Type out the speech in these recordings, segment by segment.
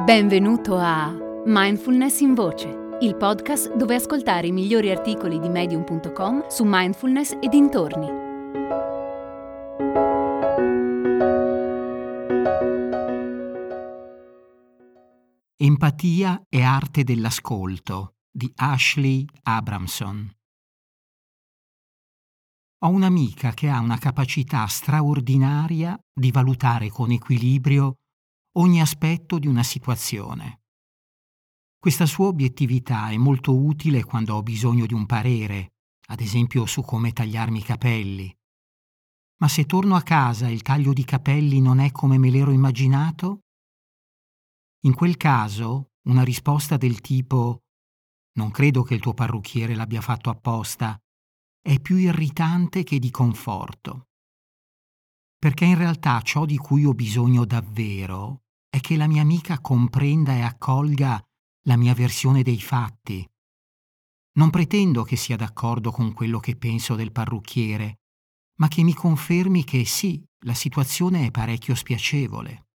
Benvenuto a Mindfulness in Voce, il podcast dove ascoltare i migliori articoli di Medium.com su mindfulness e dintorni. Empatia e arte dell'ascolto di Ashley Abramson. Ho un'amica che ha una capacità straordinaria di valutare con equilibrio ogni aspetto di una situazione. Questa sua obiettività è molto utile quando ho bisogno di un parere, ad esempio su come tagliarmi i capelli. Ma se torno a casa e il taglio di capelli non è come me l'ero immaginato? In quel caso, una risposta del tipo «Non credo che il tuo parrucchiere l'abbia fatto apposta» è più irritante che di conforto. Perché in realtà ciò di cui ho bisogno davvero è che la mia amica comprenda e accolga la mia versione dei fatti. Non pretendo che sia d'accordo con quello che penso del parrucchiere, ma che mi confermi che sì, la situazione è parecchio spiacevole.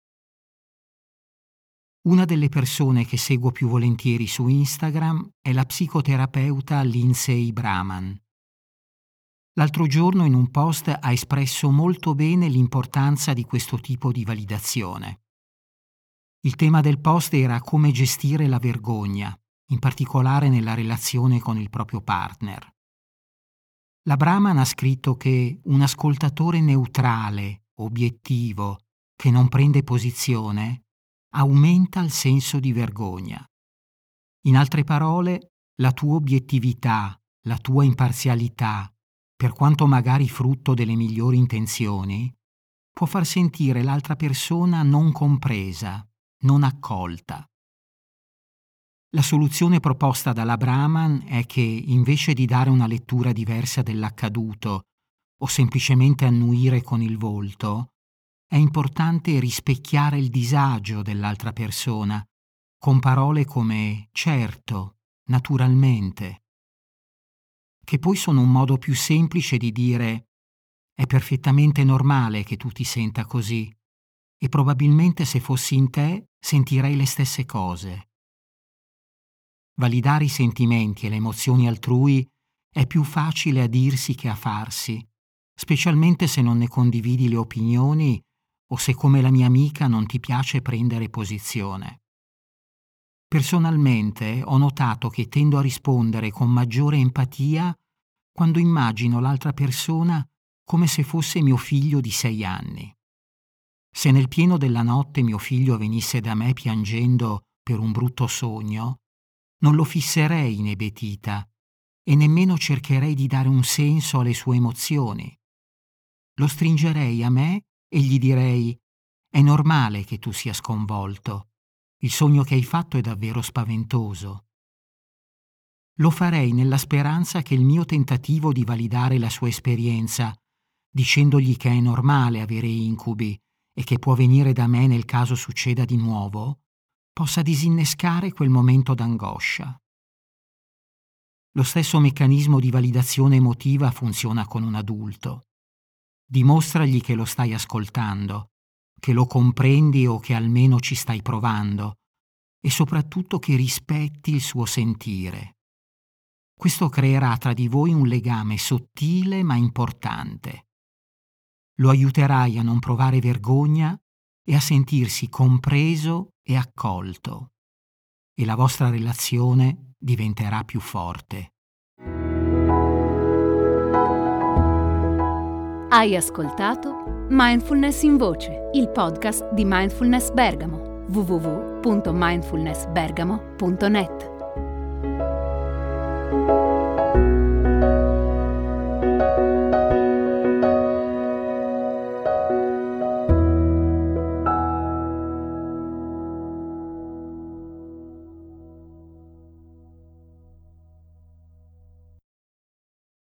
Una delle persone che seguo più volentieri su Instagram è la psicoterapeuta Lindsay Braman. L'altro giorno in un post ha espresso molto bene l'importanza di questo tipo di validazione. Il tema del post era come gestire la vergogna, in particolare nella relazione con il proprio partner. La Braman ha scritto che un ascoltatore neutrale, obiettivo, che non prende posizione, aumenta il senso di vergogna. In altre parole, la tua obiettività, la tua imparzialità, per quanto magari frutto delle migliori intenzioni, può far sentire l'altra persona non compresa, non accolta. La soluzione proposta dalla Braman è che, invece di dare una lettura diversa dell'accaduto o semplicemente annuire con il volto, è importante rispecchiare il disagio dell'altra persona, con parole come certo, naturalmente, che poi sono un modo più semplice di dire è perfettamente normale che tu ti senta così e probabilmente se fossi in te sentirei le stesse cose. Validare i sentimenti e le emozioni altrui è più facile a dirsi che a farsi, specialmente se non ne condividi le opinioni o se come la mia amica non ti piace prendere posizione. Personalmente ho notato che tendo a rispondere con maggiore empatia quando immagino l'altra persona come se fosse mio figlio di 6 anni. Se nel pieno della notte mio figlio venisse da me piangendo per un brutto sogno, non lo fisserei inebetita e nemmeno cercherei di dare un senso alle sue emozioni. Lo stringerei a me e gli direi «È normale che tu sia sconvolto. Il sogno che hai fatto è davvero spaventoso». Lo farei nella speranza che il mio tentativo di validare la sua esperienza, dicendogli che è normale avere incubi e che può venire da me nel caso succeda di nuovo, possa disinnescare quel momento d'angoscia. Lo stesso meccanismo di validazione emotiva funziona con un adulto. Dimostragli che lo stai ascoltando, che lo comprendi o che almeno ci stai provando, e soprattutto che rispetti il suo sentire. Questo creerà tra di voi un legame sottile ma importante. Lo aiuterai a non provare vergogna e a sentirsi compreso e accolto. E la vostra relazione diventerà più forte. Hai ascoltato Mindfulness in Voce, il podcast di Mindfulness Bergamo, www.mindfulnessbergamo.net.